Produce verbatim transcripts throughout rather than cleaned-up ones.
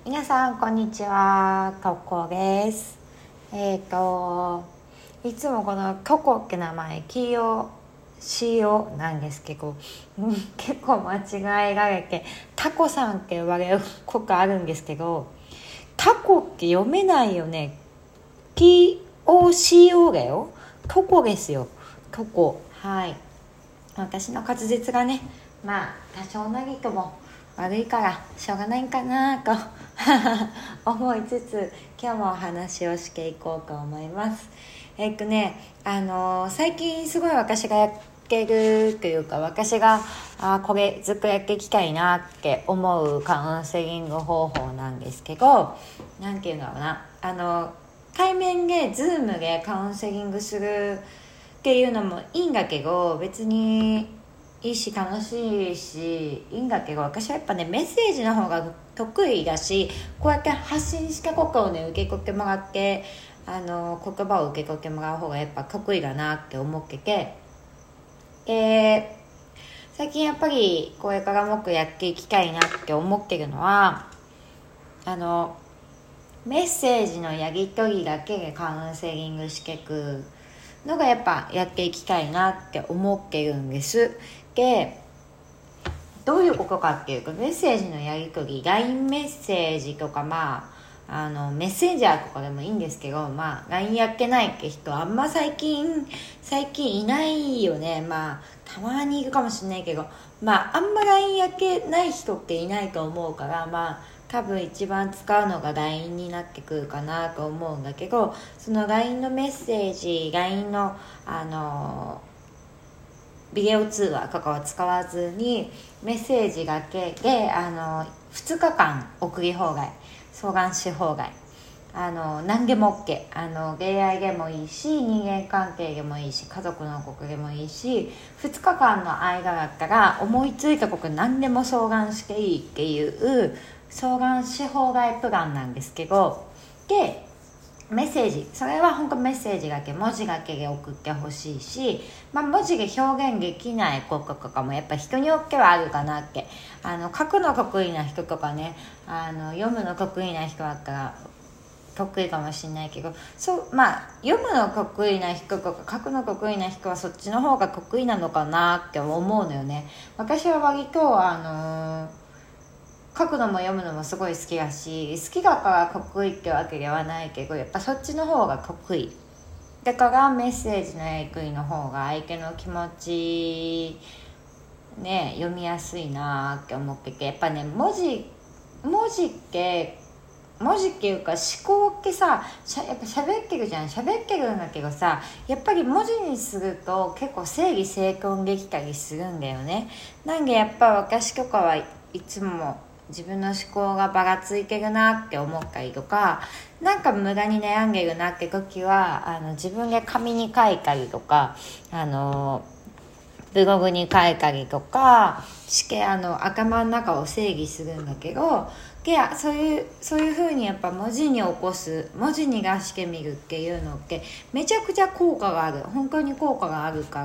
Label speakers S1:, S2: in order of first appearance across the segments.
S1: 皆さんこんにちは、ココです。えっ、ー、といつもこのココって名前起用しようなんですけど、うん、結構間違えられてタコさんって呼ばれることあるんですけど、タコって読めないよね。 ティーオーシーオー だよ。トコですよ、トコ。はい、私の滑舌がね、まあ多少なりとも悪いからしょうがないんかなと思いつつ、今日もお話をしていこうと思います。えっとねあのー、最近すごい私がやってるというか、私があこれずっとやっていきたいなって思うカウンセリング方法なんですけど、なんていうんだろうな、あの対面でズームでカウンセリングするっていうのもいいんだけど、別にいいし楽しいしいいんだけど、私はやっぱねメッセージの方が得意だし、こうやって発信したことをね受け取ってもらって、あの言葉を受け取ってもらう方がやっぱ得意だなって思ってて、で最近やっぱりこれからもっとやっていきたいなって思ってるのは、あのメッセージのやり取りだけでカウンセリングしていくのがやっぱやっていきたいなって思ってるんです。でどういうことかっていうと、メッセージのやり取り ライン メッセージとか、まああのメッセンジャーとかでもいいんですけど、まあ ライン やってないって人あんま最近最近いないよね。まあたまにいるかもしれないけど、まああんま ライン やってない人っていないと思うから、まあ多分一番使うのが ライン になってくるかなと思うんだけど、その ライン のメッセージ ライン のあのビデオ通話とかは使わずに、メッセージだけであのふつかかん送り放題、相談し放題、あの何でも OK、 あの恋愛でもいいし、人間関係でもいいし、家族のことでもいいし、ふつかかんの間だったら思いついたこと何でも相談していいっていう相談し放題プランなんですけど、でメッセージ、それは本当メッセージだけ、文字だけで送ってほしいし、まあ、文字で表現できないこととかもやっぱ人によってはあるかなって。あの書くの得意な人とかね、あの読むの得意な人だったら得意かもしれないけど、そうまあ読むの得意な人とか書くの得意な人はそっちの方が得意なのかなって思うのよね。私は割とあのー書くのも読むのもすごい好きだし、好きだから得意ってわけではないけど、やっぱそっちの方が得意だから、メッセージのやり取りの方が相手の気持ちね読みやすいなって思ってて、やっぱね文字文字って文字っていうか思考ってさ、しゃやっぱ喋ってるじゃん、喋ってるんだけどさ、やっぱり文字にすると結構整理整頓できたりするんだよね。なんでやっぱ私とかはいつも自分の思考がばらついてるなって思ったりとか、なんか無駄に悩んでるなって時は、あの自分で紙に書いたりとか、あのブログに書いたりとかしてあの頭の中を整理するんだけど、でそういうそういう風にやっぱ文字に起こす、文字に出してみるっていうのってめちゃくちゃ効果がある、本当に効果があるから、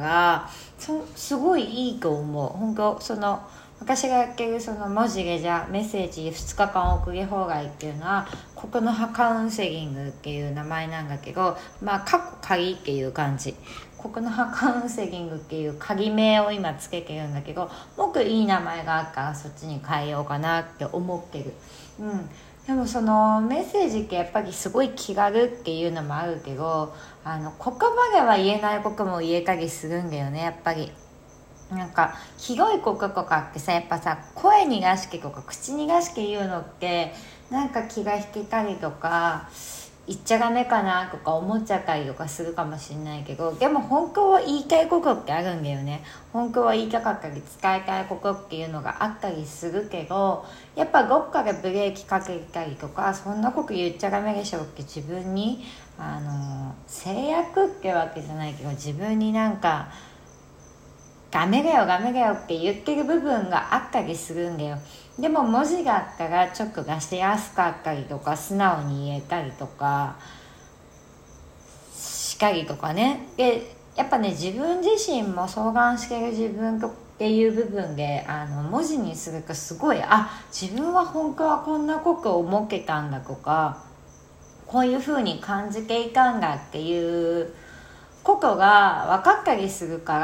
S1: そすごいいいと思う。本当その私がやってるその文字でじゃメッセージふつかかん送り放題っていうのはここの葉カウンセリングっていう名前なんだけど、まあ過去仮っていう感じ、ここの葉カウンセリングっていう仮名を今つけてるんだけど、もっといい名前があるからそっちに変えようかなって思ってる。うんでもそのメッセージってやっぱりすごい気軽っていうのもあるけど、あの言葉では言えないことも言えたりするんだよね。やっぱりなんか広いこととかってさ、やっぱさ声に出してとか口に出して言うのってなんか気が引けたりとか言っちゃダメかなとか思っちゃったりとかするかもしれないけど、でも本当は言いたいことってあるんだよね。本当は言いたかったり伝えたいことっていうのがあったりするけど、やっぱどっかでブレーキかけたりとか、そんなこと言っちゃダメでしょって自分にあの制約ってわけじゃないけど、自分になんかダメだよダメだよって言ってる部分があったりするんだよ。でも文字があったらちょっと出しやすかったりとか、素直に言えたりとかしたりとかね。でやっぱね自分自身も相談してる自分っっていう部分であの文字にするとすごい、あ、自分は本当はこんなことを思ってたんだとか、こういう風に感じていたんだっていうことが分かったりするから、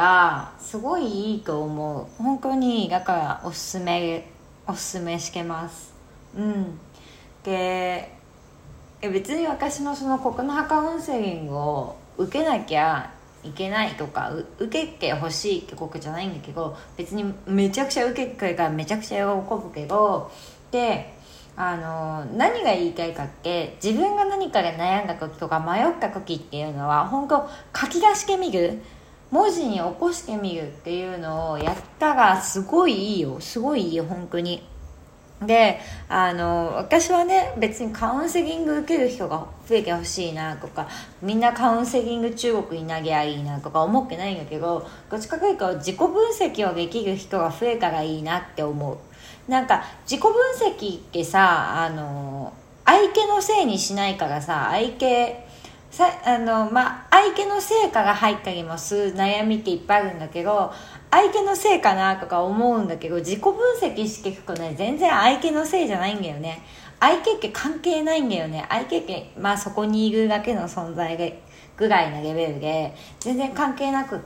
S1: すごいいいと思う。本当にだからおすすめおすすめしてます。うんで別に私のその告白カウンセリングを受けなきゃいけないとか受けてほしいってことじゃないんだけど、別にめちゃくちゃ受けてくれたらめちゃくちゃ喜ぶけど、であの何が言いたいかって、自分が何かで悩んだ時とか迷った時っていうのは本当書き出してみる、文字に起こしてみるっていうのをやったらすごいいいよ、すごいいいよ本当に。であの私はね、別にカウンセリング受ける人が増えてほしいなとか、みんなカウンセリング中国に投げゃいいなとか思ってないんだけど、どっちかというと自己分析をできる人が増えたらいいなって思う。なんか自己分析ってさ、あの相手のせいにしないからさ、相手さあの、まあ、相手のせいから入ったりもする悩みっていっぱいあるんだけど、相手のせいかなとか思うんだけど、自己分析していくとね、全然相手のせいじゃないんだよね。相手って関係ないんだよね。相手ってまあそこにいるだけの存在でぐらいのレベルで全然関係なくって、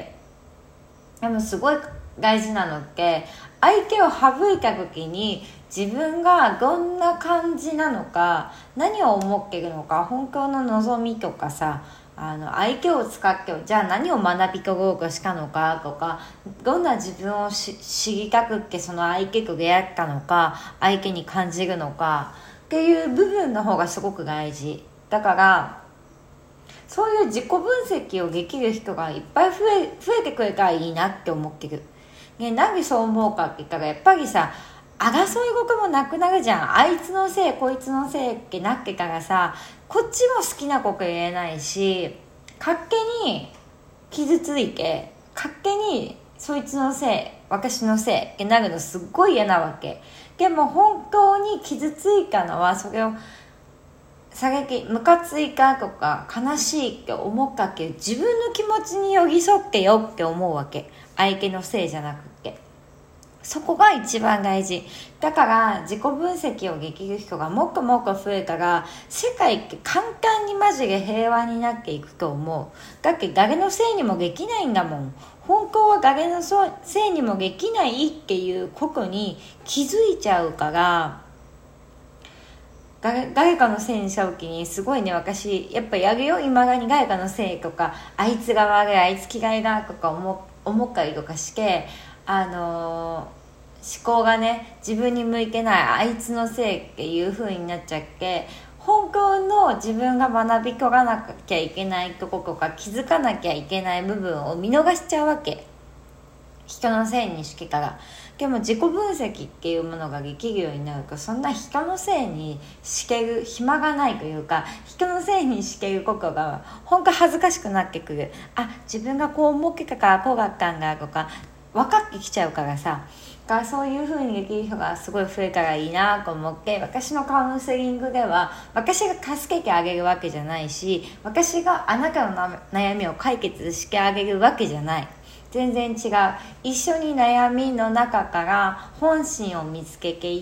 S1: でもすごい大事なのって相手を省いた時に自分がどんな感じなのか、何を思ってるのか、本当の望みとかさ、あの相手を使ってじゃあ何を学び取ろうとしたのかとか、どんな自分をし知りたくってその相手と出会ったのか、相手に感じるのかっていう部分の方がすごく大事だから、そういう自己分析をできる人がいっぱい増え、増えてくれたらいいなって思ってる。ね、なんでそう思うかって言ったら、やっぱりさ、争い事もなくなるじゃん。あいつのせいこいつのせいってなってからさ、こっちも好きなこと言えないし、勝手に傷ついて勝手にそいつのせい私のせいってなるのすっごい嫌なわけ。でも本当に傷ついたのはそれを射撃ムカついたとか悲しいって思ったけど、自分の気持ちに寄り添ってよって思うわけ。相手のせいじゃなくて、そこが一番大事だから、自己分析をできる人がもっともっと増えたら世界って簡単にマジで平和になっていくと思う。だって誰のせいにもできないんだもん。本当は誰のせいにもできないっていうことに気づいちゃうから、誰, 誰かのせいにした時にすごいね、私やっぱやるよ、今だに誰かのせいとか、あいつが悪い、あいつ嫌いだとか 思, 思ったりとかして、あのー思考がね、自分に向いてない、あいつのせいっていう風になっちゃって、本当の自分が学び取らなきゃいけないところとか気づかなきゃいけない部分を見逃しちゃうわけ、人のせいにしてから。でも自己分析っていうものができるようになると、そんな人のせいにしてる暇がないというか、人のせいにしてることが本当恥ずかしくなってくる。あ、自分がこう思ってたからこうだったんだとか分かってきちゃうからさ、がそういう風にできる人がすごい増えたらいいなと思って、私のカウンセリングでは私が助けてあげるわけじゃないし、私があなたの悩みを解決してあげるわけじゃない。全然違う。一緒に悩みの中から本心を見つけていって、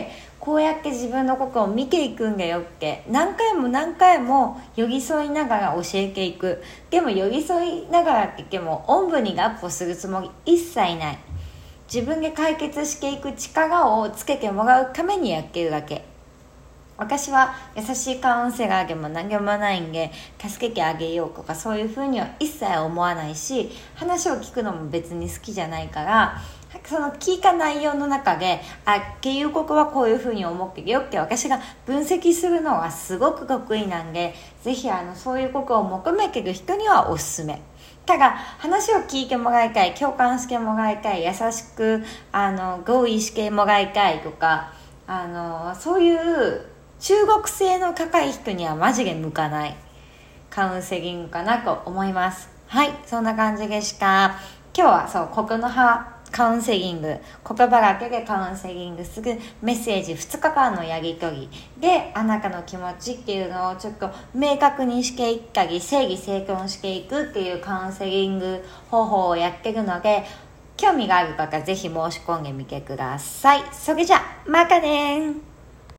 S1: こうやって自分のことを見ていくんだよって何回も何回も寄り添いながら教えていく。でも寄り添いながらって言ってもおんぶに抱っこするつもり一切ない。自分で解決していく力をつけてもらうためにやってるだけ。私は優しいカウンセラーでも何でもないんで、助けてあげようとかそういうふうには一切思わないし、話を聞くのも別に好きじゃないから、その聞いた内容の中で、あっていうことはこういうふうに思ってるよって私が分析するのはすごく得意なんで、ぜひあのそういうことを求めてる人にはおすすめ。ただ話を聞いてもらいたい、共感してもらいたい、優しくあの合意してもらいたいとか、あのそういう中国性の高い人にはマジで向かないカウンセリングかなと思います。はい、そんな感じでした。今日はそう国の葉カウンセリング、言葉だけでカウンセリングするメッセージふつかかんのやり取りで、あなたの気持ちっていうのをちょっと明確にしていったり整理整頓していくっていうカウンセリング方法をやってるので、 興味がある方ぜひ申し込んでみてください。それじゃまたね。